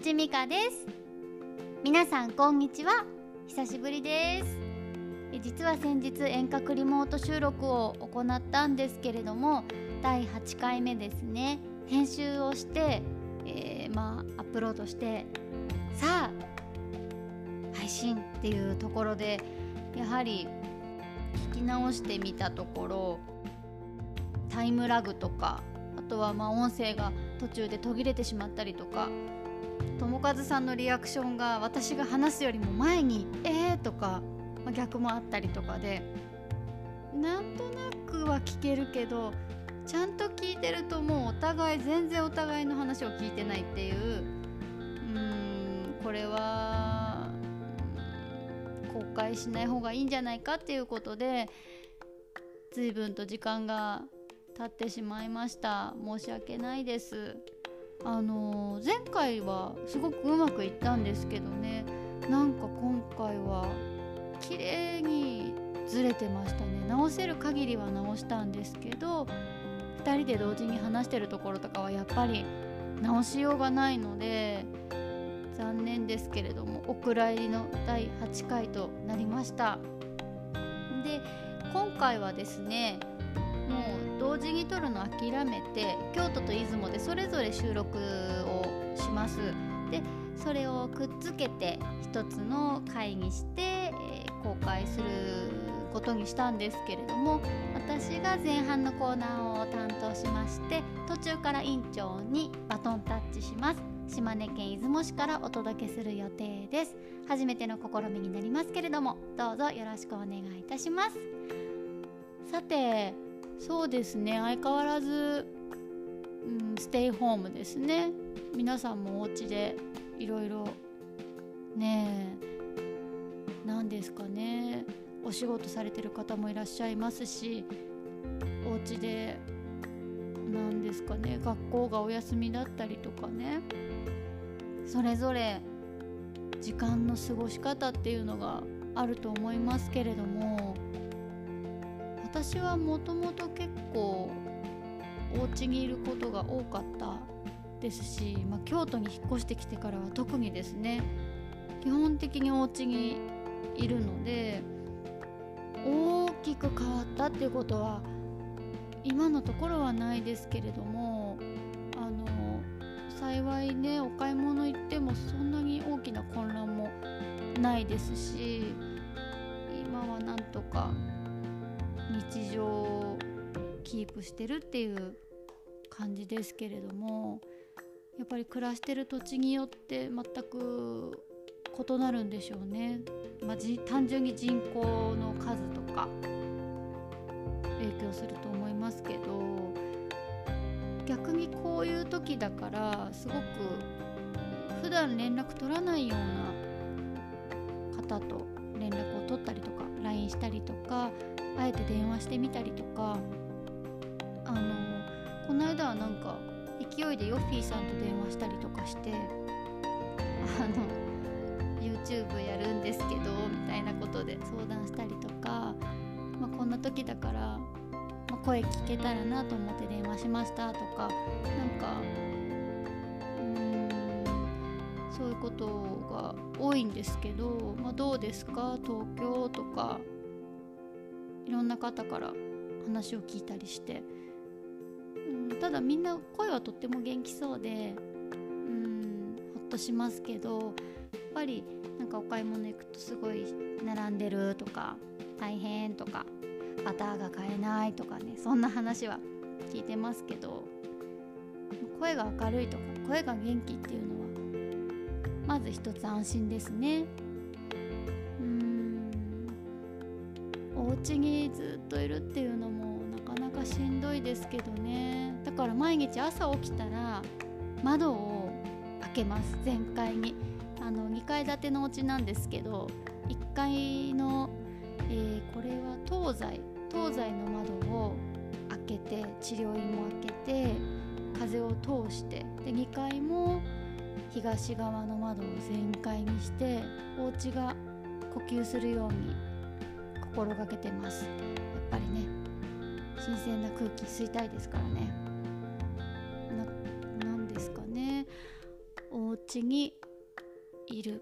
口美香です。皆さんこんにちは、久しぶりです。実は先日遠隔リモート収録を行ったんですけれども、第8回目ですね。編集をして、アップロードしてさあ配信っていうところで、やはり聞き直してみたところ、タイムラグとか、あとは音声が途中で途切れてしまったりとか、友和さんのリアクションが私が話すよりも前にとか、逆もあったりとかで、なんとなくは聞けるけど、ちゃんと聞いてるともう全然お互いの話を聞いてないっていう、これは公開しない方がいいんじゃないかっていうことで、随分と時間が経ってしまいました。申し訳ないです。前回はすごくうまくいったんですけどね、なんか今回は綺麗にずれてましたね。直せる限りは直したんですけど、2人で同時に話してるところとかはやっぱり直しようがないので、残念ですけれどもお蔵入りの第8回となりました。で、今回はですね、もう同時に撮るの諦めて、京都と出雲でそれぞれ収録をします。で、それをくっつけて一つの回にして、公開することにしたんですけれども、私が前半のコーナーを担当しまして、途中から委員長にバトンタッチします。島根県出雲市からお届けする予定です。初めての試みになりますけれども、どうぞよろしくお願いいたします。さて、そうですね、相変わらず、ステイホームですね。皆さんもお家でいろいろね、何ですかね、お仕事されてる方もいらっしゃいますし、お家で何ですかね、学校がお休みだったりとかね、それぞれ時間の過ごし方っていうのがあると思いますけれども、私はもともと結構お家にいることが多かったですし、京都に引っ越してきてからは特にですね、基本的にお家にいるので、大きく変わったっていうことは今のところはないですけれども、幸いね、お買い物行ってもそんなに大きな混乱もないですし、今はなんとか日常をキープしてるっていう感じですけれども、やっぱり暮らしてる土地によって全く異なるんでしょうね。単純に人口の数とか影響すると思いますけど、逆にこういう時だからすごく普段連絡取らないような方と連絡を取ったりとか、 LINE したりとか、あえて電話してみたりとか、この間はなんか勢いでヨッフィーさんと電話したりとかして、YouTube やるんですけどみたいなことで相談したりとか、こんな時だから、声聞けたらなと思って電話しましたとか、そういうことが多いんですけど、どうですか東京とか、いろんな方から話を聞いたりして、ただみんな声はとっても元気そうで、ほっとしますけど、やっぱりなんかお買い物行くとすごい並んでるとか、大変とか、バターが買えないとかね、そんな話は聞いてますけど、声が明るいとか声が元気っていうのはまず一つ安心ですね。お家にずっといるっていうのもなかなかしんどいですけどね。だから毎日朝起きたら窓を開けます。全開に2階建てのお家なんですけど、1階の、これは東西の窓を開けて、治療院も開けて風を通して、で2階も東側の窓を全開にして、お家が呼吸するように心がけてます。やっぱりね、新鮮な空気吸いたいですからね。なんですかね、おちにいる。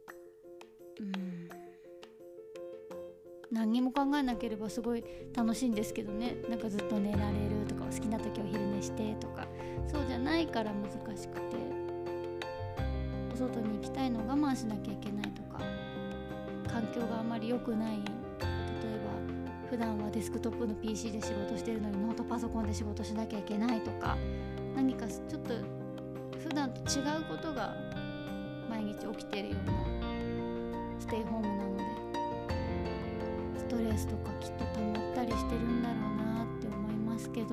何にも考えなければすごい楽しいんですけどね。なんかずっと寝られるとか、好きな時お昼寝してとか、そうじゃないから難しくて、お外に行きたいのを我慢しなきゃいけないとか、環境があまり良くない、例えば普段はデスクトップの PC で仕事してるのにノートパソコンで仕事しなきゃいけないとか、何かちょっと普段と違うことが毎日起きてるようなステイホームなので、ストレスとかきっと溜まったりしてるんだろうなって思いますけど、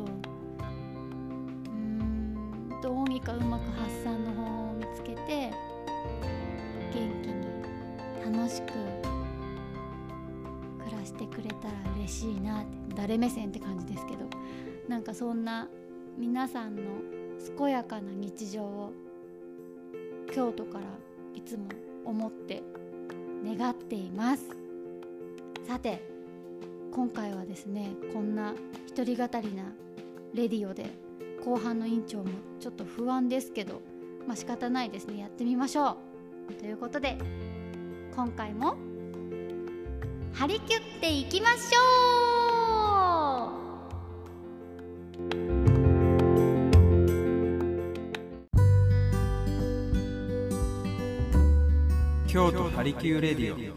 どうにかうまく発散の方法を見つけて、元気に楽しく暮らしてくれたら嬉しいなって、誰目線って感じですけど、なんかそんな皆さんの健やかな日常を京都からいつも思って願っています。さて今回はですね、こんな一人語りなレディオで後半のインチョもちょっと不安ですけど、仕方ないですね、やってみましょうということで、今回も張り切っていきましょう。 京都ハリキューレディオ。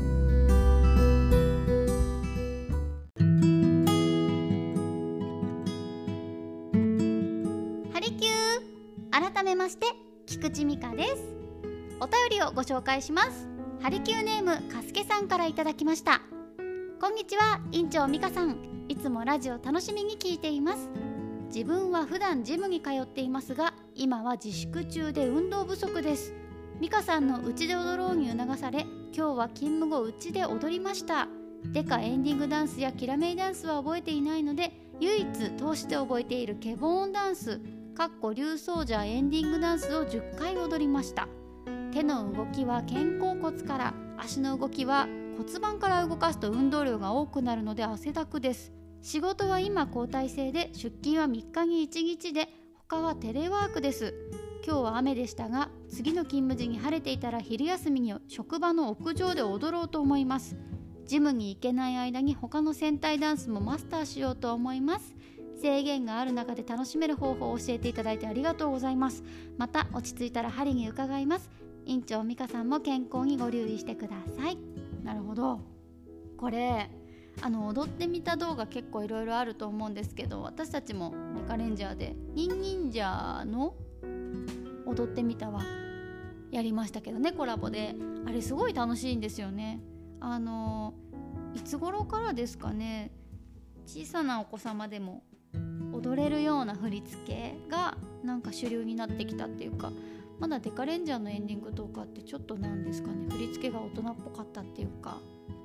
ハリキュー、改めまして菊池美香です。お便りをご紹介します。ハリキューネームかすけさんからいただきました。こんにちは、院長美香さん、いつもラジオ楽しみに聞いています。自分は普段ジムに通っていますが、今は自粛中で運動不足です。美香さんのうちで踊ろうに促され、今日は勤務後うちで踊りました。デカエンディングダンスやキラメイダンスは覚えていないので、唯一通して覚えているケボーンダンス竜奏者エンディングダンスを10回踊りました。手の動きは肩甲骨から、足の動きは骨盤から動かすと運動量が多くなるので汗だくです。仕事は今交代制で、出勤は3日に1日で、他はテレワークです。今日は雨でしたが、次の勤務時に晴れていたら昼休みに職場の屋上で踊ろうと思います。ジムに行けない間に他の戦隊ダンスもマスターしようと思います。制限がある中で楽しめる方法を教えていただいてありがとうございます。また落ち着いたら針に伺います。院長美香さんも健康にご留意してください。なるほど。これ踊ってみた動画結構いろいろあると思うんですけど、私たちもメカレンジャーでニンニンジャーの踊ってみたはやりましたけどね、コラボで。あれすごい楽しいんですよね。いつ頃からですかね、小さなお子様でも踊れるような振り付けがなんか主流になってきたっていうか、まだデカレンジャーのエンディングとかってちょっとなんですかね、振り付けが大人っぽかったっていうか、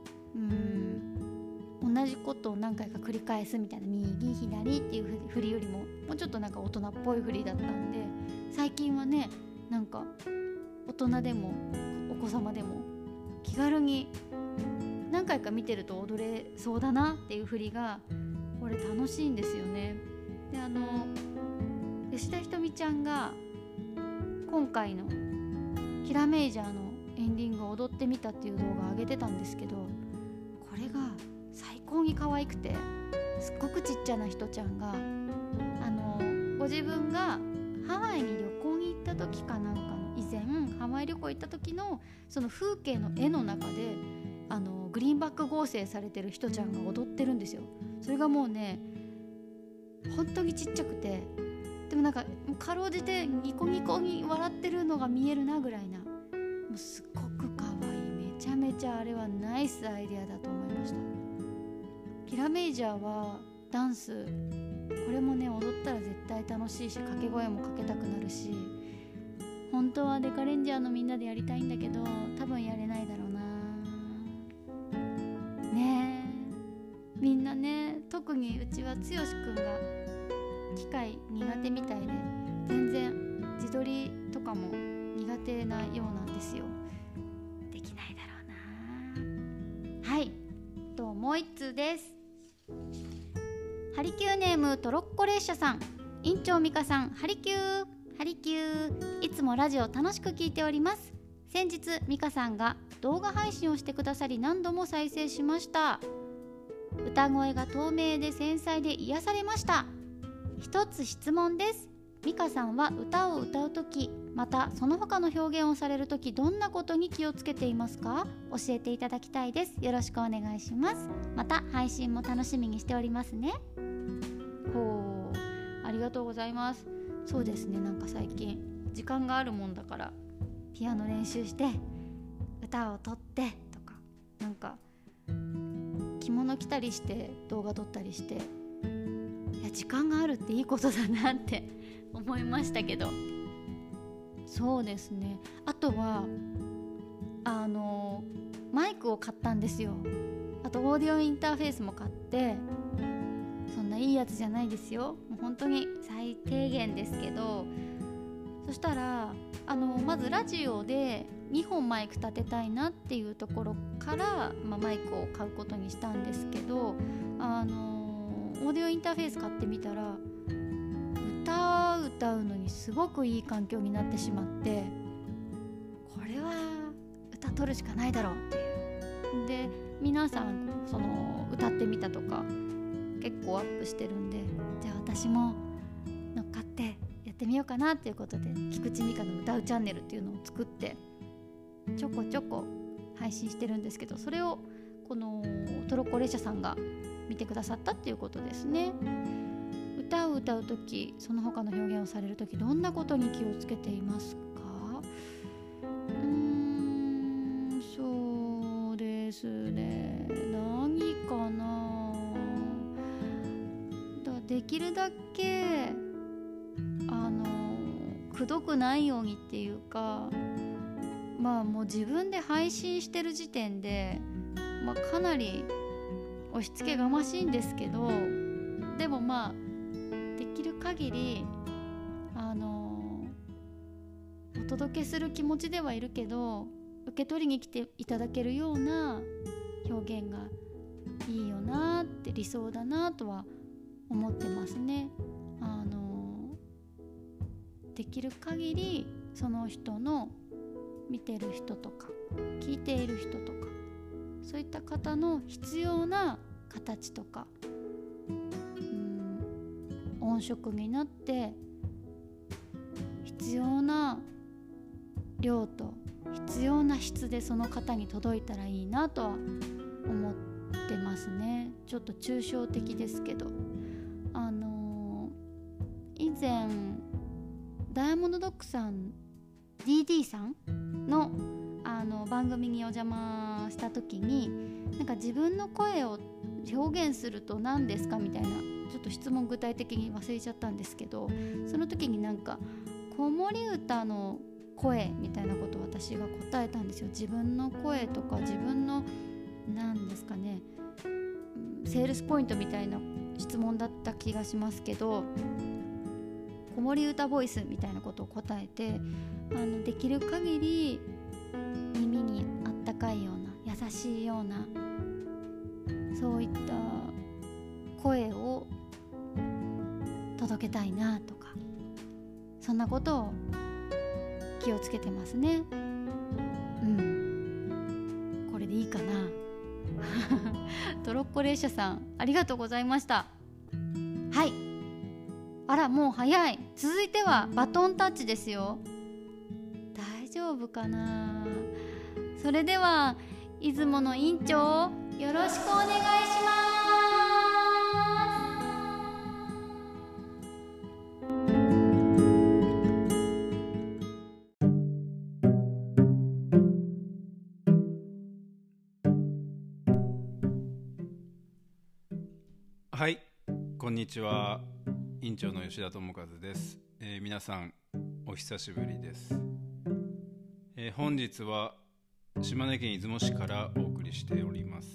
同じことを何回か繰り返すみたいな、右左っていう振りよりももうちょっとなんか大人っぽい振りだったんで、最近はね、なんか大人でもお子様でも気軽に何回か見てると踊れそうだなっていう振りがこれ楽しいんですよね。で吉田ひとみちゃんが今回のキラメイジャーのエンディングを踊ってみたっていう動画を上げてたんですけど、これが最高に可愛くて、すっごくちっちゃなひとちゃんがご自分がハワイに旅行に行った時かなんかの、以前ハワイ旅行行った時のその風景の絵の中でグリーンバック合成されてるひとちゃんが踊ってるんですよ。それがもうね、本当にちっちゃくて、でもなんかかろうじてニコニコに笑ってるのが見えるなぐらいな、もうすっごく可愛い、めちゃめちゃあれはナイスアイデアだと思いました。キラメイジャーはダンス、これもね踊ったら絶対楽しいし、掛け声もかけたくなるし、本当はデカレンジャーのみんなでやりたいんだけど、多分やれないだろうなね。みんなね、特にうちは剛くんが機械苦手みたいで、全然自撮りとかも苦手なようなんですよ。できないだろうな。はい、もう一通です。ハリキューネームトロッコ列車さん、院長美香さん、ハリキュー。 ハリキュー、いつもラジオ楽しく聞いております。先日ミカさんが動画配信をしてくださり何度も再生しました。歌声が透明で繊細で癒されました。一つ質問です。ミカさんは歌を歌うとき、またその他の表現をされるとき、どんなことに気をつけていますか？教えていただきたいです。よろしくお願いします。また配信も楽しみにしておりますね。ほう、ありがとうございます。そうですね、なんか最近時間があるもんだからピアノ練習して歌を撮ってとか、なんか着物着たりして動画撮ったりして、いや時間があるっていいことだなって思いましたけど、そうですね、あとはマイクを買ったんですよ。あとオーディオインターフェースも買って、そんないいやつじゃないですよ、もう本当に最低限ですけど、そしたらまずラジオで2本マイク立てたいなっていうところから、マイクを買うことにしたんですけど、オーディオインターフェース買ってみたら歌うのにすごくいい環境になってしまって、これは歌取るしかないだろうっていうで、皆さんその歌ってみたとか結構アップしてるんで、じゃあ私も乗っかってやってみようかなっていうことで、菊池美香の歌うチャンネルっていうのを作ってちょこちょこ配信してるんですけど、それをこのトロッコ列車さんが見てくださったっていうことですね。歌を歌うとき、その他の表現をされるとき、どんなことに気をつけていますか？そうですね、何かな。できるだけくどくないようにっていうか、もう自分で配信してる時点で、かなり押し付けがましいんですけど、でもできる限りお届けする気持ちではいるけど、受け取りに来ていただけるような表現がいいよなって、理想だなとは思ってますね。できる限りその人の見てる人とか聞いている人とか、そういった方の必要な形とか、音色になって必要な量と必要な質でその方に届いたらいいなとは思ってますね。ちょっと抽象的ですけど、以前ダイヤモンドドッグさん DD さんの番組にお邪魔した時に、なんか自分の声を表現すると何ですかみたいな、ちょっと質問具体的に忘れちゃったんですけど、その時になんか子守歌の声みたいなことを私が答えたんですよ。自分の声とか自分の何ですかね、セールスポイントみたいな質問だった気がしますけど、子守歌ボイスみたいなことを答えて、できる限り耳にあったかいような優しいような、そういった声を届けたいなとか、そんなことを気をつけてますね。これでいいかなトロッコ列車さん、ありがとうございました。はい、あらもう早い。続いてはバトンタッチですよ。大丈夫かな。それでは出雲の院長、よろしくお願いします。 はい、こんにちは。院長の吉田智和です。皆さんお久しぶりです。本日は島根県出雲市からお送りしております。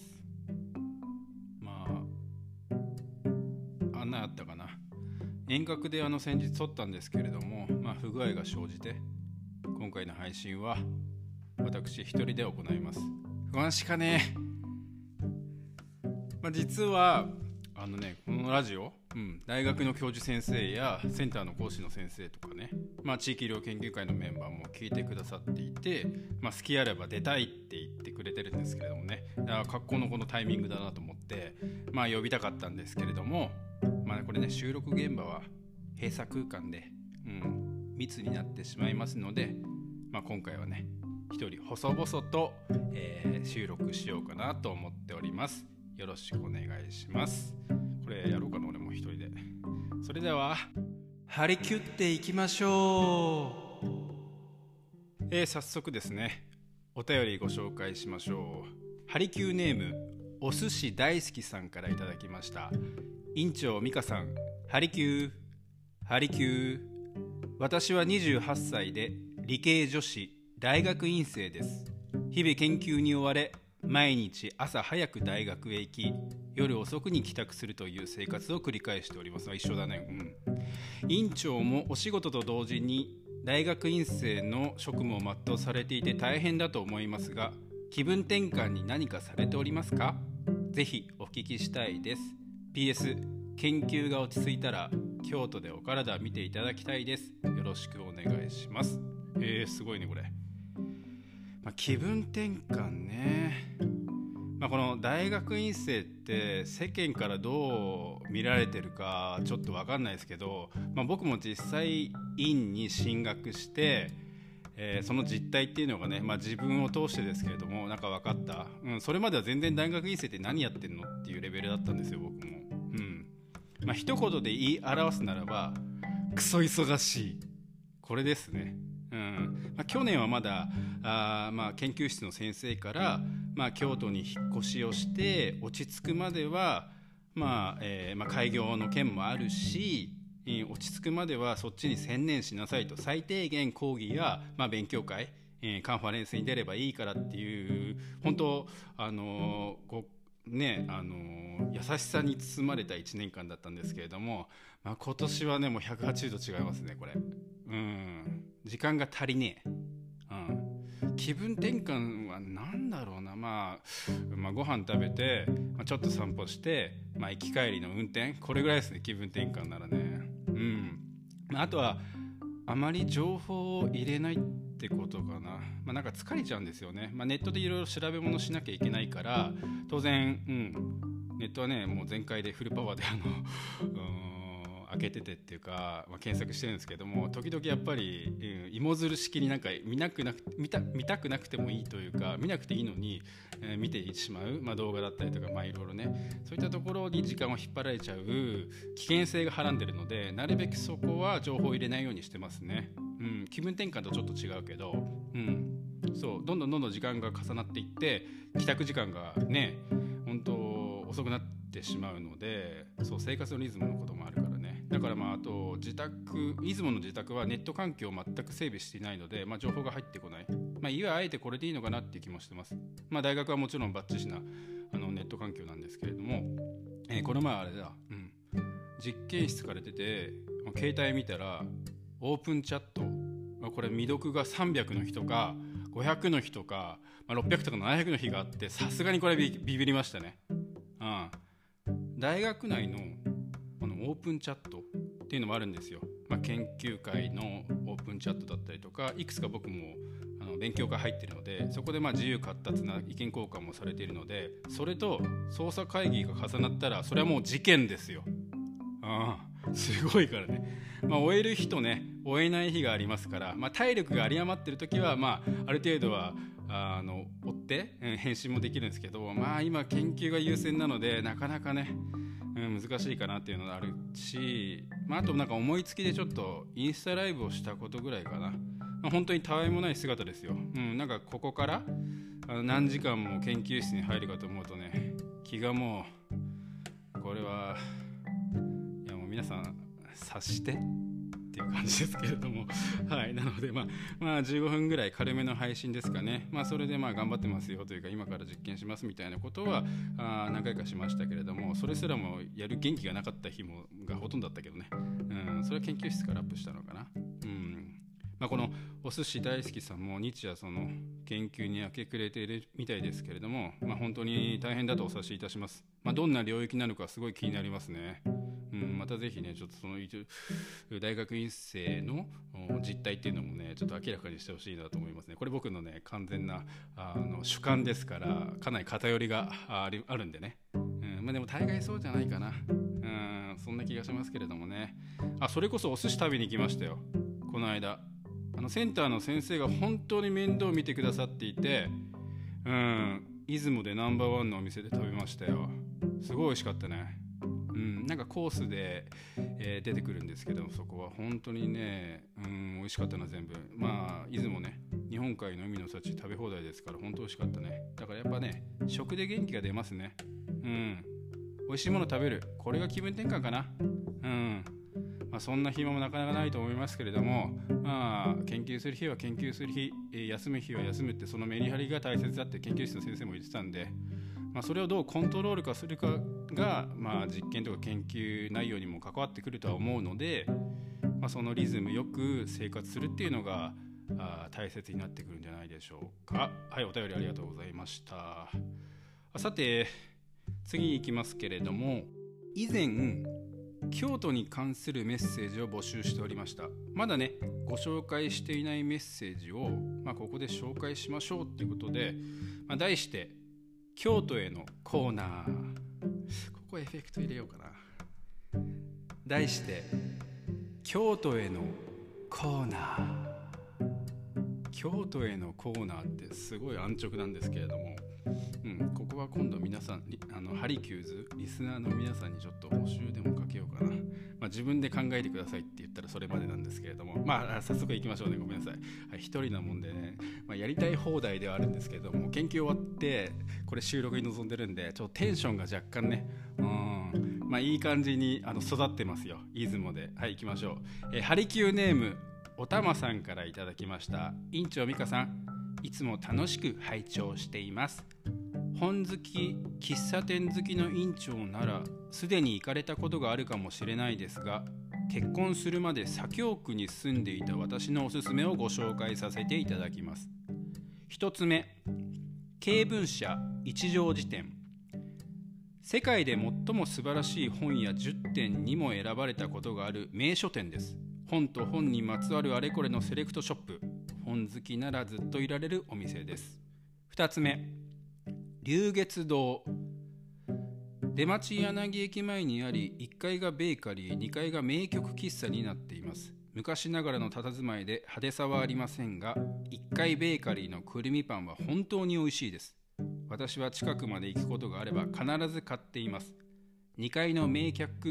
案内あったかな。遠隔で先日撮ったんですけれども、不具合が生じて今回の配信は私一人で行います。不安しかねえ。実はこのラジオ大学の教授先生やセンターの講師の先生とかね、地域医療研究会のメンバーも聞いてくださっていて、好きあれば出たいって言ってくれてるんですけれどもね、格好のこのタイミングだなと思って、呼びたかったんですけれども、これね、収録現場は閉鎖空間で、密になってしまいますので、今回はね一人細々と、収録しようかなと思っております。よろしくお願いします。これやろうかな、俺も一人で。それでは張り切っていきましょう。早速ですね、お便りご紹介しましょう。ハリキューネームお寿司大好きさんからいただきました。院長美香さん、ハリキューハリキュー。私は28歳で理系女子大学院生です。日々研究に追われ、毎日朝早く大学へ行き、夜遅くに帰宅するという生活を繰り返しております。一緒だね。院長もお仕事と同時に大学院生の職務を全うされていて大変だと思いますが、気分転換に何かされておりますか？ぜひお聞きしたいです。 PS 研究が落ち着いたら京都でお体見ていただきたいです。よろしくお願いします。すごいねこれ。気分転換ね。この大学院生って世間からどう見られてるかちょっと分かんないですけど、僕も実際院に進学して、その実態っていうのがね、自分を通してですけれども分かった、それまでは全然大学院生って何やってんのっていうレベルだったんですよ、僕も。一言で言い表すならばクソ忙しい、これですね。去年はまだ研究室の先生から、京都に引っ越しをして落ち着くまでは、開業の件もあるし、落ち着くまではそっちに専念しなさいと、最低限講義や、勉強会、カンファレンスに出ればいいからっていう、本当優しさに包まれた1年間だったんですけれども、今年はねもう180度違いますねこれ。時間が足りねえ。気分転換は何だろうな。ご飯食べて、ちょっと散歩して、行き帰りの運転、これぐらいですね、気分転換ならね。あとはあまり情報を入れないってことかな。なんか疲れちゃうんですよね。ネットでいろいろ調べ物しなきゃいけないから、当然、ネットはねもう全開でフルパワーで開けててっていうか、検索してるんですけども、時々やっぱり、芋づる式になんか見たくなくてもいいというか、見なくていいのに、見てしまう、動画だったりとか、いろいろね、そういったところに時間を引っ張られちゃう危険性がはらんでるので、なるべくそこは情報を入れないようにしてますね。気分転換とちょっと違うけど、そうどんどん時間が重なっていって、帰宅時間がね本当遅くなってしまうので、そう生活のリズムのこともあるからね。だからあと出雲の自宅はネット環境を全く整備していないので、情報が入ってこない。いわあえてこれでいいのかなっていう気もしてます。大学はもちろんバッチシなネット環境なんですけれども、この前あれだ、実験室から出て携帯見たらオープンチャット、これ未読が300の日とか500の日とか、600とか700の日があって、さすがにこれビビりましたね。大学内のオープンチャットっていうのもあるんですよ。研究会のオープンチャットだったりとか、いくつか僕も勉強会入ってるので、そこで自由闊達な意見交換もされているので、それと捜査会議が重なったらそれはもう事件ですよ。すごいからね。終える日とね終えない日がありますから、体力が有り余ってる時はある程度は追って、返信もできるんですけど、今研究が優先なのでなかなかね、難しいかなっていうのがあるし、あと思いつきでちょっとインスタライブをしたことぐらいかな。本当にたわいもない姿ですよ。ここから何時間も研究室に入るかと思うとね、気がもうこれはいやもう皆さん察してっていう感じですけれどもはい、なので15分ぐらい軽めの配信ですかね。それで頑張ってますよというか、今から実験しますみたいなことは何回かしましたけれども、それすらもやる元気がなかった日がほとんどだったけどね。それは研究室からアップしたのかな。このお寿司大好きさんも日夜その研究に明け暮れているみたいですけれども、本当に大変だとお察しいたします。どんな領域なのかすごい気になりますね。 またぜひねちょっとその大学院生の実態っていうのもねちょっと明らかにしてほしいなと思いますね。これ僕のね完全な主観ですから、かなり偏りがあるんでね、でも大概そうじゃないかな、そんな気がしますけれどもね。それこそお寿司食べに行きましたよ、この間。センターの先生が本当に面倒を見てくださっていて、出雲でナンバーワンのお店で食べましたよ。すごい美味しかったね。なんかコースで、出てくるんですけど、そこは本当にね、美味しかったな全部。出雲ね、日本海の海の幸食べ放題ですから本当美味しかったね。だからやっぱね、食で元気が出ますね。美味しいもの食べる、これが気分転換かな。そんな暇もなかなかないと思いますけれども、研究する日は研究する日、休む日は休むって、そのメリハリが大切だって研究室の先生も言ってたんで、それをどうコントロール化するかが、実験とか研究内容にも関わってくるとは思うので、そのリズムよく生活するっていうのが大切になってくるんじゃないでしょうか。はい、お便りありがとうございました。さて次行きますけれども、以前京都に関するメッセージを募集しておりました。まだねご紹介していないメッセージを、ここで紹介しましょうということで、題して京都へのコーナー。ここエフェクト入れようかな。題して京都へのコーナー。京都へのコーナーってすごい安直なんですけれども、ここは今度皆さんハリキューズリスナーの皆さんにちょっと募集でもかけようかな。自分で考えてくださいって言ったらそれまでなんですけれども、早速行きましょうね。ごめんなさい。一人なもんでね、やりたい放題ではあるんですけれども、研究終わってこれ収録に臨んでるんで、ちょっとテンションが若干ね、いい感じに育ってますよ、出雲で。はい、行きましょう。ハリキューネームおたまさんからいただきました。院長美香さん、いつも楽しく拝聴しています。本好き喫茶店好きの院長ならすでに行かれたことがあるかもしれないですが、結婚するまで左京区に住んでいた私のおすすめをご紹介させていただきます。一つ目、経文社一条辞典。世界で最も素晴らしい本や10点にも選ばれたことがある名書店です。本と本にまつわるあれこれのセレクトショップ。本好きならずっといられるお店です。二つ目、龍月堂。出町柳駅前にあり、1階がベーカリー、2階が名曲喫茶になっています。昔ながらの佇まいで派手さはありませんが、1階ベーカリーのくるみパンは本当に美味しいです。私は近くまで行くことがあれば必ず買っています。2階の名曲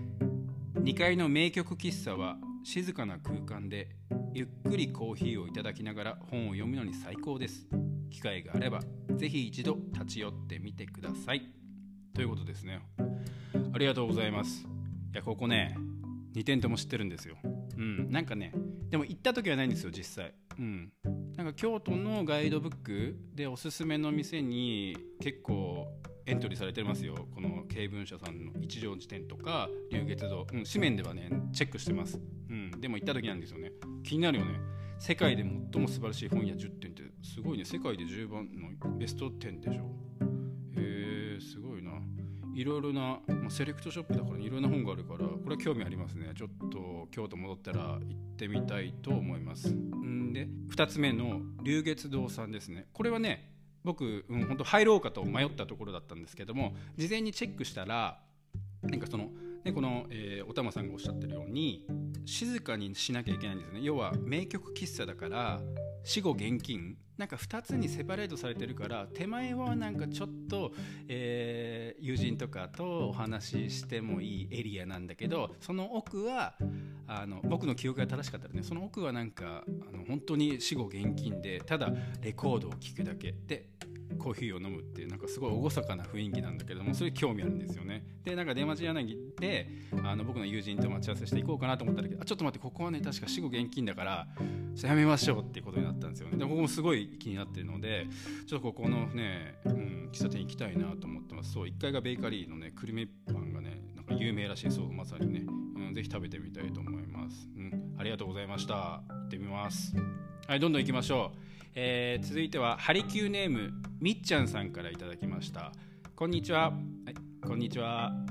喫茶は静かな空間でゆっくりコーヒーをいただきながら本を読むのに最高です。機会があればぜひ一度立ち寄ってみてください、ということですね。ありがとうございます。いや、ここね2店とも知ってるんですよ。なんかね、でも行った時はないんですよ実際。なんか京都のガイドブックでおすすめの店に結構エントリーされてますよ。この経文社さんの一条辞典とか龍月堂、紙面ではねチェックしてます。でも行った時なんですよね。気になるよね。世界で最も素晴らしい本や10点ってすごいね。世界で10番のベスト10でしょ。すごいな。いろいろな、セレクトショップだからいろんな本があるから、これは興味ありますね。ちょっと京都戻ったら行ってみたいと思います。で2つ目の龍月堂さんですね。これはね僕、本当入ろうかと迷ったところだったんですけども、事前にチェックしたらなんかその、この、おたまさんがおっしゃってるように静かにしなきゃいけないんですよね。要は名曲喫茶だから死後現金なんか2つにセパレートされてるから、手前はなんかちょっと、友人とかとお話ししてもいいエリアなんだけど、その奥は僕の記憶が正しかったらね、その奥はなんか本当に死後現金でただレコードを聴くだけでコーヒーを飲むっていう、なんかすごい厳かな雰囲気なんだけれども、それ興味あるんですよね。でなんか出町柳で僕の友人と待ち合わせして行こうかなと思ったんだけど、ちょっと待って、ここはね確か死後現金だからやめましょうっていうことになったんですよね。でここもすごい気になってるので、ちょっとここのね、喫茶店行きたいなと思ってます。そう、1階がベーカリーのねくるみパンがねなんか有名らしい。そう、まさにね、ぜひ食べてみたいと思います。ありがとうございました。行ってみます。はい、どんどん行きましょう。続いてはハリキューネームみっちゃんさんからいただきました。こんにちは。はい、こんにちは。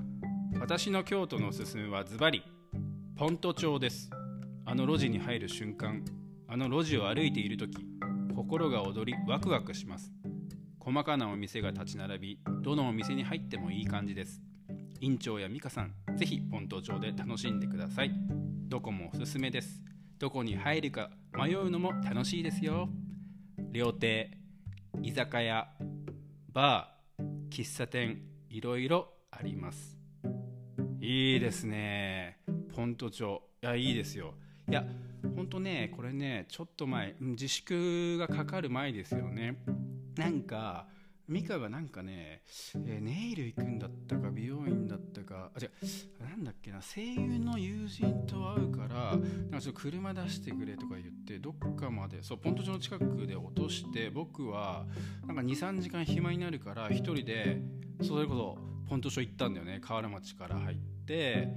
私の京都のおすすめはズバリポント町です。あの路地に入る瞬間、あの路地を歩いているとき、心が躍りワクワクします。細かなお店が立ち並び、どのお店に入ってもいい感じです。院長や美香さん、ぜひポント町で楽しんでください。どこもおすすめです。どこに入るか迷うのも楽しいですよ。料亭、居酒屋、バー、喫茶店、いろいろあります。いいですね、ポント町。いや、いいですよ。いや、ほんとね、これね、ちょっと前、自粛がかかる前ですよね。なんかミカがなんかね、ネイル行くんだったか美容院だったか、なんだっけな、声優の友人と会うからなんかちょっと車出してくれとか言ってどっかまで、そうポント町の近くで落として、僕はなんか 2,3 時間暇になるから一人でそれこそポント町行ったんだよね。河原町から入って、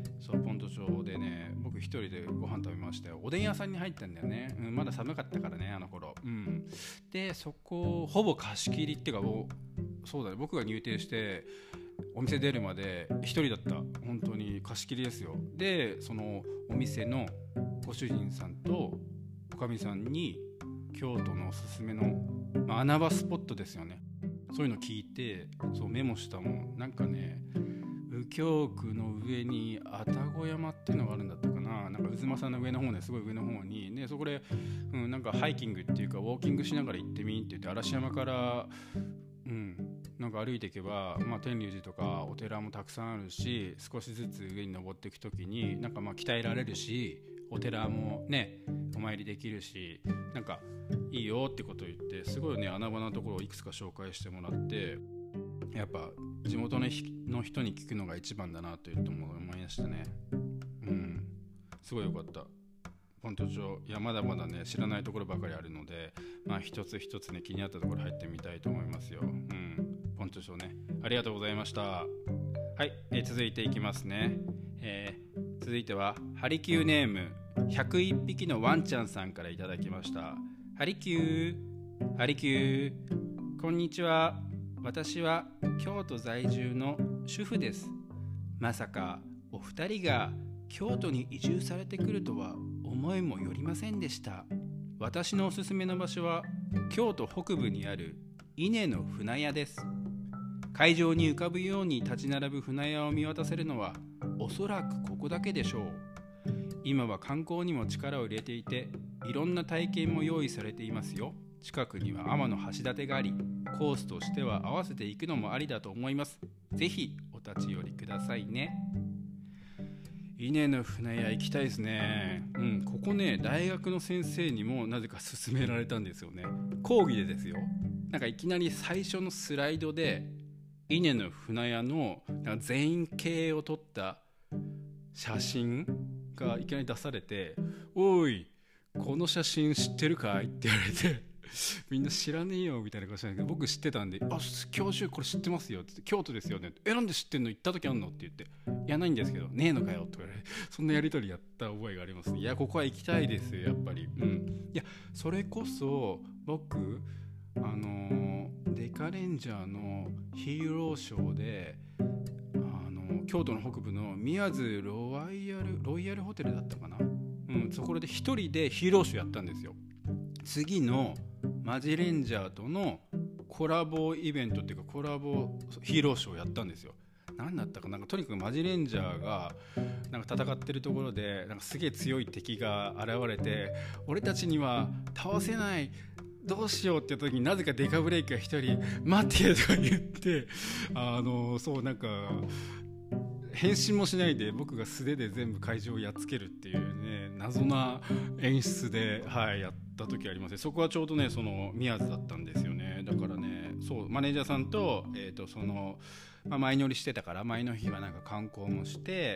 そうポント町でね、僕一人でご飯食べましたよ。おでん屋さんに入ったんだよね、まだ寒かったからね、あの頃。でそこほぼ貸し切りっていうか、そうだね、僕が入店してお店出るまで一人だった。本当に貸し切りですよ。でそのお店のご主人さんとおかみさんに京都のおすすめの、穴場スポットですよね、そういうの聞いて、そうメモしたもん。なんかね、右京区の上に愛宕山っていうのがあるんだったかな。なんか渦政の上の方ね、すごい上の方にね、そこで、なんかハイキングっていうかウォーキングしながら行ってみんって言って、嵐山からなんか歩いていけば、天龍寺とかお寺もたくさんあるし、少しずつ上に登っていくときになんか鍛えられるし、お寺もねお参りできるし、なんかいいよってことを言って、すごいね穴場なところをいくつか紹介してもらって、やっぱ地元の人に聞くのが一番だなというと思いましたね。すごいよかった。ポント町、いやまだまだね知らないところばかりあるので、一つ一つね気になったところ入ってみたいと思いますよ。ポント町ね、ありがとうございました。はい、続いていきますね。続いてはハリキューネーム101匹のワンちゃんさんからいただきました。ハリキュー、こんにちは。私は京都在住の主婦です。まさかお二人が京都に移住されてくるとは思いもよりませんでした。私のおすすめの場所は京都北部にある稲の船屋です。海上に浮かぶように立ち並ぶ船屋を見渡せるのはおそらくここだけでしょう。今は観光にも力を入れていて、いろんな体験も用意されていますよ。近くには天橋立があり、コースとしては合わせていくのもありだと思います。ぜひお立ち寄りくださいね。稲の船屋行きたいですね。ここね、大学の先生にもなぜか勧められたんですよね。講義でですよ。なんかいきなり最初のスライドで稲の船屋のなんか全景を撮った写真がいきなり出されて、おいこの写真知ってるかいって言われて、みんな知らねえよみたいな感じなんだけど、僕知ってたんで、教授これ知ってますよって言って、京都ですよねって、なんで知ってんの、行った時あんのって言って、いやないんですけど、ねえのかよって言われて、そんなやり取りやった覚えがありますね。いやここは行きたいですよやっぱり。いやそれこそ僕デカレンジャーのヒーローショーで京都の北部の宮津ロイヤルホテルだったかな、そこで一人でヒーローショーやったんですよ。次のマジレンジャーとのコラボイベントっていうかコラボヒーローショーやったんですよ。何だったかなんか、とにかくマジレンジャーがなんか戦ってるところでなんかすげえ強い敵が現れて、俺たちには倒せない、どうしようって時になぜかデカブレイクが一人待ってとか言ってそうなんか変身もしないで僕が素手で全部会場をやっつけるっていうね、謎な演出で、やった時ありますね。そこはちょうどねその宮津だったんですよね。だからね、そうマネージャーさんと、その、前乗りしてたから前の日はなんか観光もして、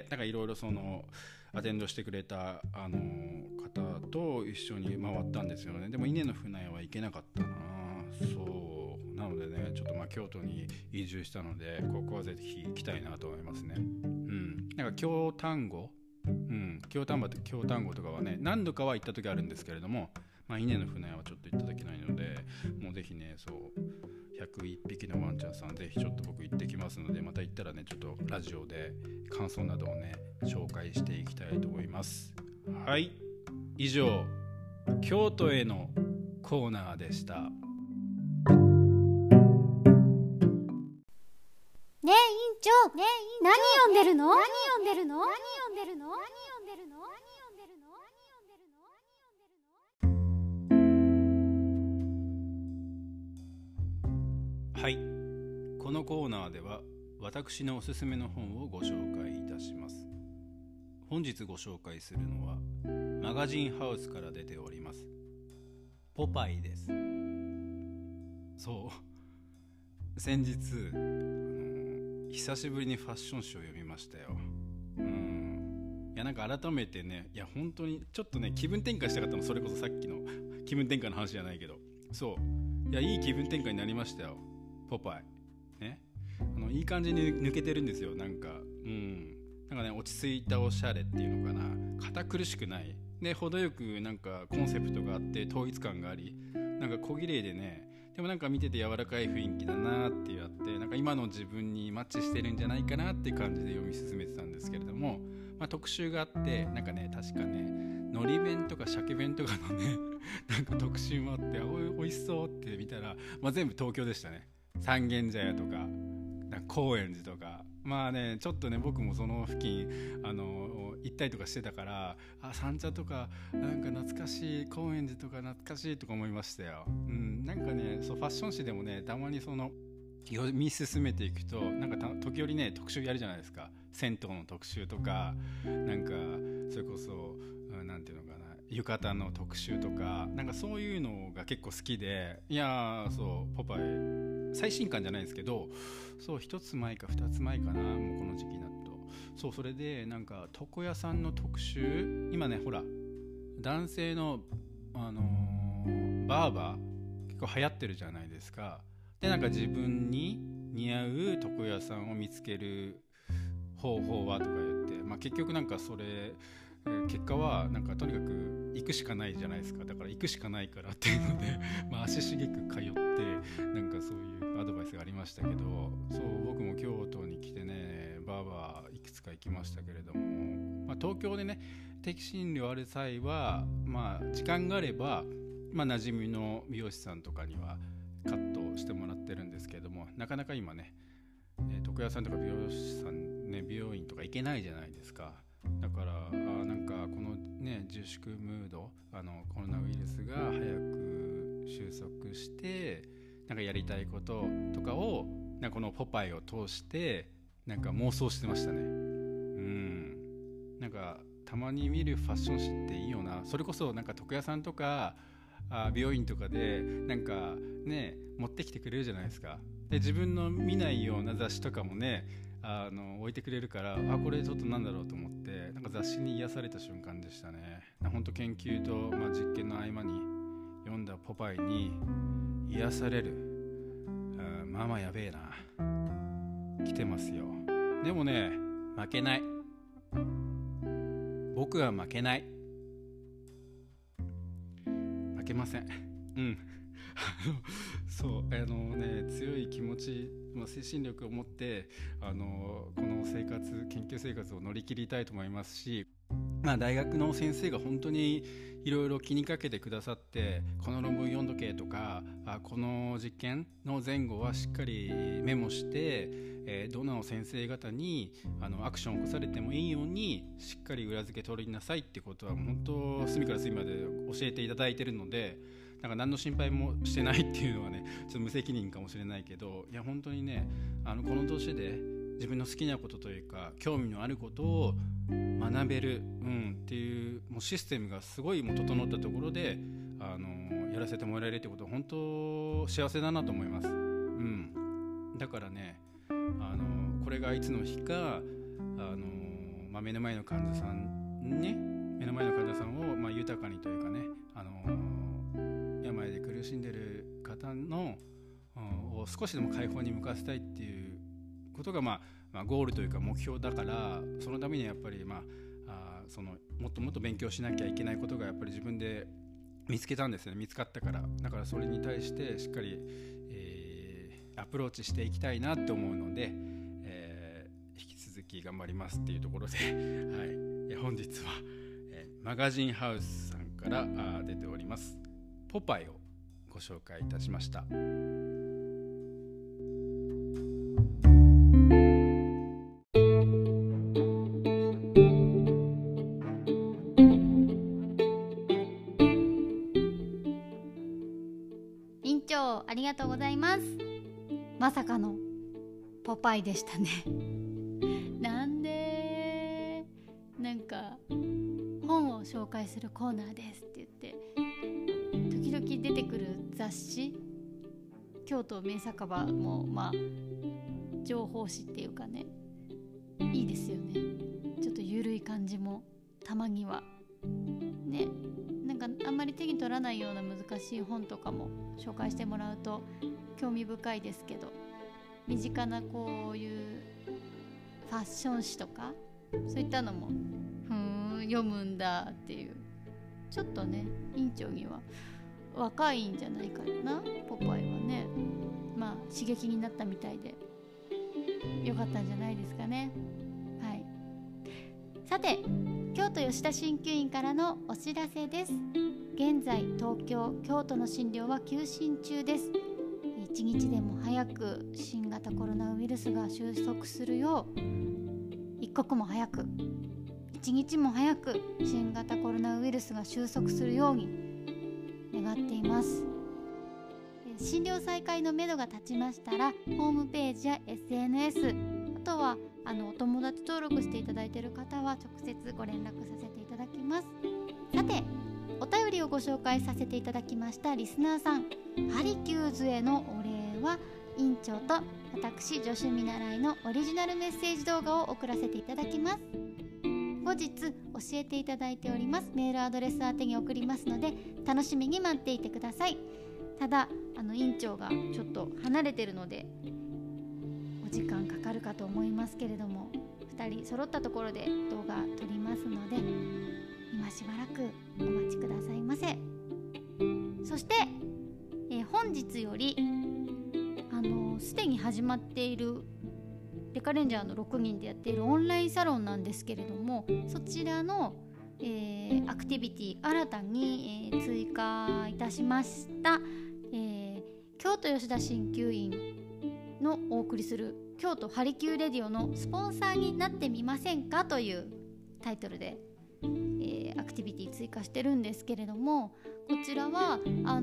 なんかいろいろそのアテンドしてくれた方と一緒に回ったんですよね。でも稲の船屋は行けなかったな。そうなのでね、ちょっと京都に移住したので、ここはぜひ行きたいなと思いますね。なんか京丹後とかはね何度かは行った時あるんですけれども、稲の船屋はちょっと行った時ないので、もうぜひね、そう 101匹のワンちゃんさん、ぜひちょっと僕行ってきますので、また行ったらねちょっとラジオで感想などをね紹介していきたいと思います。はい、以上京都へのコーナーでした。 ねえ委員長、何読んでるの？ はい、このコーナーでは私のおすすめの本をご紹介いたします。本日ご紹介するのはマガジンハウスから出ておりますポパイです。そう、先日久しぶりにファッション誌を読みましたよ。いやなんか改めてね、いや本当にちょっとね気分転換したかったの。それこそさっきの気分転換の話じゃないけど、そういやいい気分転換になりましたよ。ポパイね、いい感じに抜けてるんですよ。なんかね落ち着いたおしゃれっていうのかな、堅苦しくないで、程よくなんかコンセプトがあって統一感があり、なんか小綺麗でね、でもなんか見てて柔らかい雰囲気だなっていうあって、なんか今の自分にマッチしてるんじゃないかなっていう感じで読み進めてたんですけれども、特集があって、なんかね確かねのり弁とか鮭弁とかのねなんか特集もあって、おいしそうって見たら、全部東京でしたね。三軒茶屋とか高円寺とか、ちょっとね僕もその付近行ったりとかしてたから、三茶とかなんか懐かしい、高円寺とか懐かしいとか思いましたよ。なんかねファッション誌でもねたまにその読み進めていくと、なんか時折ね特集やるじゃないですか。銭湯の特集とか、なんかそれこそなんていうのかな、浴衣の特集とか、なんかそういうのが結構好きで、いやそうポパイ最新刊じゃないですけど、そう1つ前か2つ前かな、もうこの時期になると、そうそれでなんか床屋さんの特集、今ねほら男性のバーバー結構流行ってるじゃないですか。でなんか自分に似合う床屋さんを見つける方法はとか言って、結局なんかそれ結果はなんかとにかく行くしかないじゃないですか。だから行くしかないからっていうので足しげく通ってなんかそういうアドバイスがありましたけど、そう僕も京都に来てねバーバーいくつか行きましたけれども、東京でね定期診療ある際は時間があれば馴染みの美容師さんとかにはカットしてもらってるんですけれども、なかなか今ね床屋さんとか美容師さんね、美容院とか行けないじゃないですか。だからなんかこのね自粛ムード、コロナウイルスが早く収束して、なんかやりたいこととかをなんかこのポパイを通してなんか妄想してましたね。なんかたまに見るファッション誌っていいよな。それこそなんか床屋さんとか美容院とかでなんかね持ってきてくれるじゃないですか。で自分の見ないような雑誌とかもね置いてくれるから、これちょっとなんだろうと思って、なんか雑誌に癒された瞬間でしたね。本当研究と、実験の合間に読んだポパイに癒される。やべえな、来てますよ。でもね負けない、僕は負けない、負けません。そう強い気持ち、精神力を持ってこの研究生活を乗り切りたいと思いますし、大学の先生が本当にいろいろ気にかけてくださって、この論文読んどけとか、この実験の前後はしっかりメモして、どの先生方にアクションを起こされてもいいようにしっかり裏付け取りなさいってことは本当隅から隅まで教えていただいているので、なんか何の心配もしてないっていうのはねちょっと無責任かもしれないけど、いや本当にねこの年で自分の好きなことというか興味のあることを学べる、っていうもうシステムがすごいもう整ったところでやらせてもらえるってことは本当幸せだなと思います。だからねこれがいつの日か目の前の患者さんを豊かにというかね病で苦しんでる方のを少しでも解放に向かせたいっていうことがゴールというか目標だから、そのためにやっぱりそのもっともっと勉強しなきゃいけないことがやっぱり自分で見つけたんですね。見つかったから、だからそれに対してしっかり、 アプローチしていきたいなって思うので、引き続き頑張りますっていうところで、本日は、マガジンハウスさんから出ておりますポパイをご紹介いたしました。 委員長ありがとうございます。まさかのポパイでしたねなんか本を紹介するコーナーですって言って時々出てくる雑誌、京都名酒場も情報誌っていうかね、いいですよね。ちょっとゆるい感じもたまにはね、なんかあんまり手に取らないような難しい本とかも紹介してもらうと興味深いですけど、身近なこういうファッション誌とかそういったのも読むんだっていう、ちょっとね委員長には若いんじゃないかな、ポパイはね。刺激になったみたいでよかったんじゃないですかね。はい。さて、京都吉田鍼灸院からのお知らせです。現在東京、京都の診療は休診中です。一日でも早く新型コロナウイルスが収束するよう、一刻も早く、一日も早く新型コロナウイルスが収束するように願っています。診療再開のめどが立ちましたら、ホームページや SNS、 あとはお友達登録していただいている方は直接ご連絡させていただきます。さて、お便りをご紹介させていただきましたリスナーさん、ハリキューズへのお礼は院長と私助手見習いのオリジナルメッセージ動画を送らせていただきます。後日教えていただいておりますメールアドレス宛てに送りますので、楽しみに待っていてください。ただ院長がちょっと離れてるのでお時間かかるかと思いますけれども、2人揃ったところで動画撮りますので、今しばらくお待ちくださいませ。そして、本日よりすでに始まっているデカレンジャーの6人でやっているオンラインサロンなんですけれども、そちらの、アクティビティ新たに、追加いたしました。京都吉田鍼灸院のお送りする京都ハリキューレディオのスポンサーになってみませんかというタイトルで、アクティビティ追加してるんですけれども、こちらは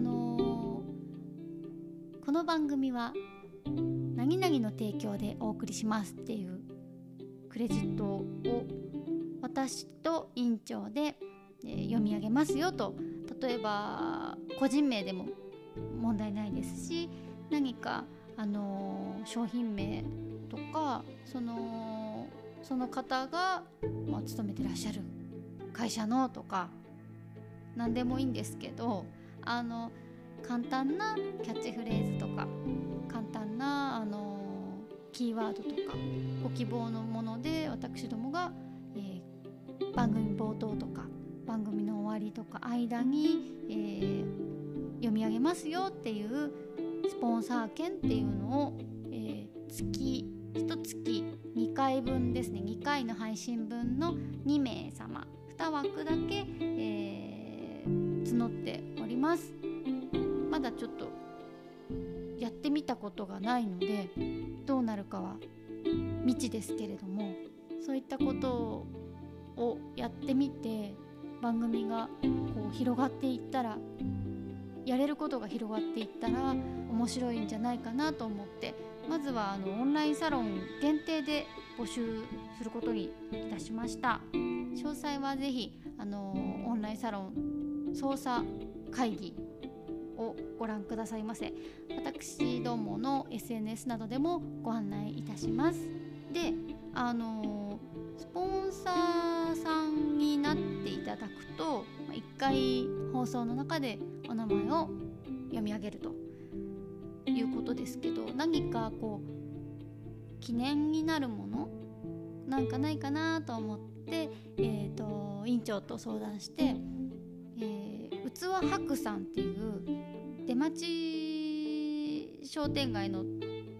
この番組は何々の提供でお送りしますっていうクレジットを私と院長で、読み上げますよと。例えば個人名でも問題ないですし、何か商品名とかその方が、勤めてらっしゃる会社のとか何でもいいんですけど、簡単なキャッチフレーズとか簡単なキーワードとかご希望のもので、私どもが、番組冒頭とか番組の終わりとか間に、読み上げますよっていうスポンサー券っていうのを、1月2回分ですね、2回の配信分の2名様2枠だけ、募っております。まだちょっとやってみたことがないのでどうなるかは未知ですけれども、そういったことをやってみて番組がこう広がっていったら、やれることが広がっていったら面白いんじゃないかなと思って、まずはオンラインサロン限定で募集することにいたしました。詳細はぜひオンラインサロン操作会議をご覧くださいませ。私どもの SNS などでもご案内いたします。で、スポンサーさんになっていただくと1回放送の中でお名前を読み上げるということですけど、何かこう記念になるものなんかないかなと思って、院長と相談して、器博さんっていう出町商店街の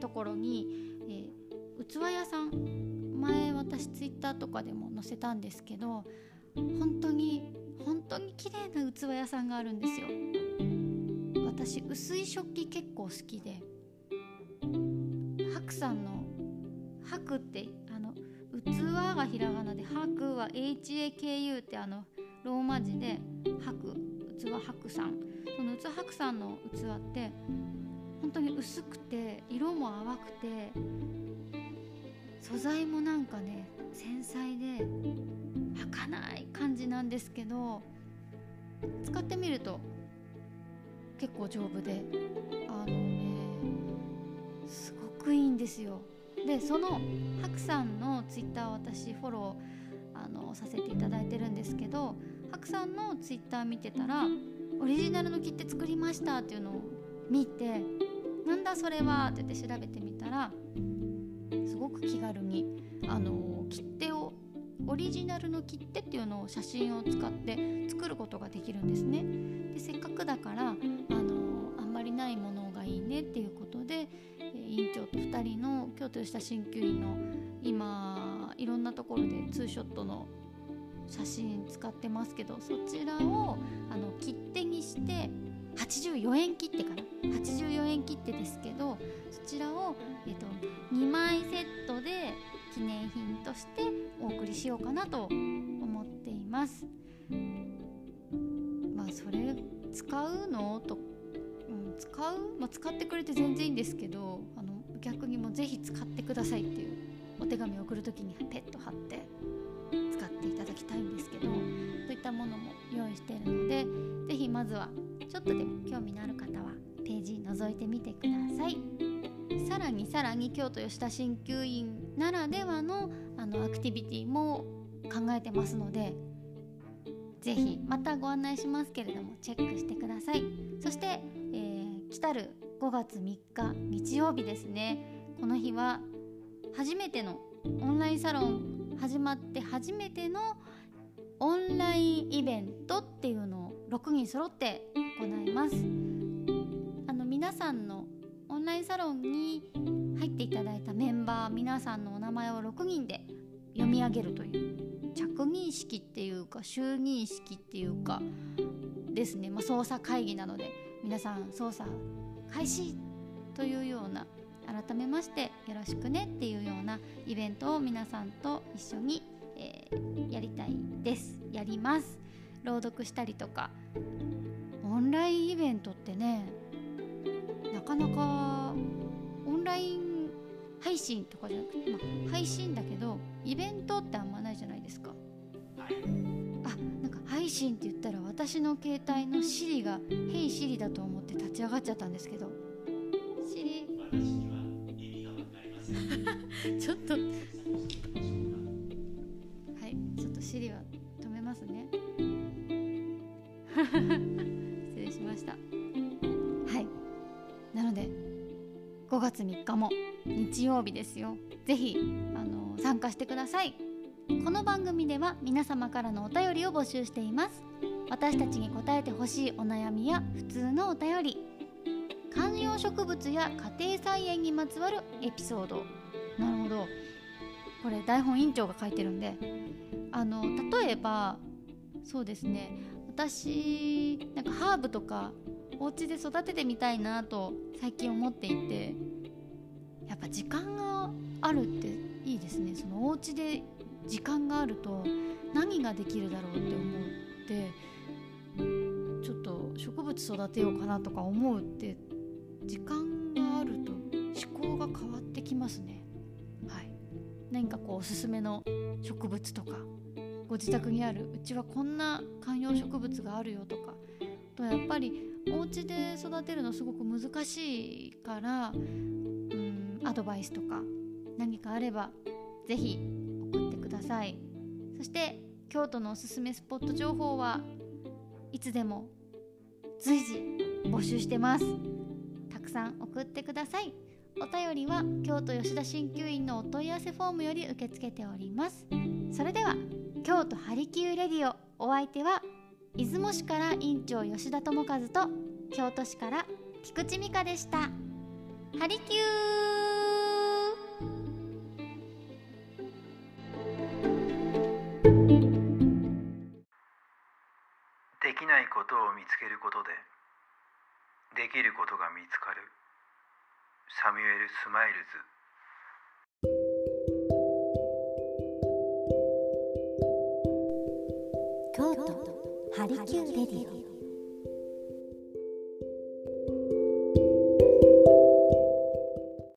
ところに、器屋さん、前私ツイッターとかでも載せたんですけど、本当に綺麗な器屋さんがあるんですよ。私薄い食器結構好きで、白さんの白って器がひらがなで、白は HAKU ってローマ字で白、器白さん、その器白さんの器って本当に薄くて色も淡くて素材もなんかね繊細で儚い感じなんですけど、使ってみると結構丈夫で、すごくいいんですよ。でその白さんのツイッターを私フォローさせていただいてるんですけど、白さんのツイッター見てたらオリジナルの切手作りましたっていうのを見て、なんだそれはって言って調べてみたら、すごく気軽に切手を、オリジナルの切手っていうのを写真を使って作ることができるんですね。でせっかくだからあんまりないものがいいねっていうことで、院長と2人の京都吉田鍼灸院の今いろんなところでツーショットの写真使ってますけど、そちらを切手にして84円切手かな、84円切手ですけど、そちらを、2枚セットで記念品としてお送りしようかなと思っています。まあそれ使うのと、使ってくれて全然いいんですけど、逆にもうぜひ使ってくださいっていうお手紙を送るときにペット貼って使っていただきたいんですけど、そういったものも用意しているので、ぜひまずはちょっとでも興味のある方はページ覗いてみてください。さらに京都吉田鍼灸院ならではのアクティビティも考えてますので、ぜひまたご案内しますけれどもチェックしてください。そして、来たる5月3日日曜日ですね。この日は初めてのオンラインサロン始まって初めてのオンラインイベントっていうのを6人揃って行います。皆さんのオンラインサロンに入っていただいたメンバー皆さんのお名前を6人で読み上げるという着任式っていうか就任式っていうかですね、操作会議なので皆さん操作開始というような、改めましてよろしくねっていうようなイベントを皆さんと一緒に、やりたいです。やります。朗読したりとか、オンラインイベントってね、なかなかオンライン配信とかじゃなくて、配信だけどイベントってあんまないじゃないですか。なんか配信って言ったら私の携帯のシリがヘイシリだと思って立ち上がっちゃったんですけど、シリ私には意味がわかりませんちょっとはい、ちょっとシリは止めますね失礼しました。はい、なので5月3日も日曜日ですよ。ぜひ参加してください。この番組では皆様からのお便りを募集しています。私たちに答えてほしいお悩みや普通のお便り、観葉植物や家庭菜園にまつわるエピソード。なるほど、これ台本委員長が書いてるんで、例えばそうですね、私なんかハーブとかお家で育ててみたいなと最近思っていて、やっぱ時間があるっていいですね。そのお家で時間があると何ができるだろうって思って、ちょっと植物育てようかなとか思うって、時間があると思考が変わってきますね。はい、何かおすすめの植物とか、ご自宅にある、うちはこんな観葉植物があるよとか、とやっぱりお家で育てるのすごく難しいから、アドバイスとか何かあればぜひ送ってください。そして京都のおすすめスポット情報はいつでも随時募集してます。たくさん送ってください。お便りは京都吉田鍼灸院のお問い合わせフォームより受け付けております。それでは京都ハリキューレディオ、お相手は出雲市から院長吉田智和と京都市から菊池美香でした。ハリキュー。 きないことを見つけることでできることが見つかる。サミュエル・スマイルズ。 京都ハリキューレディオ。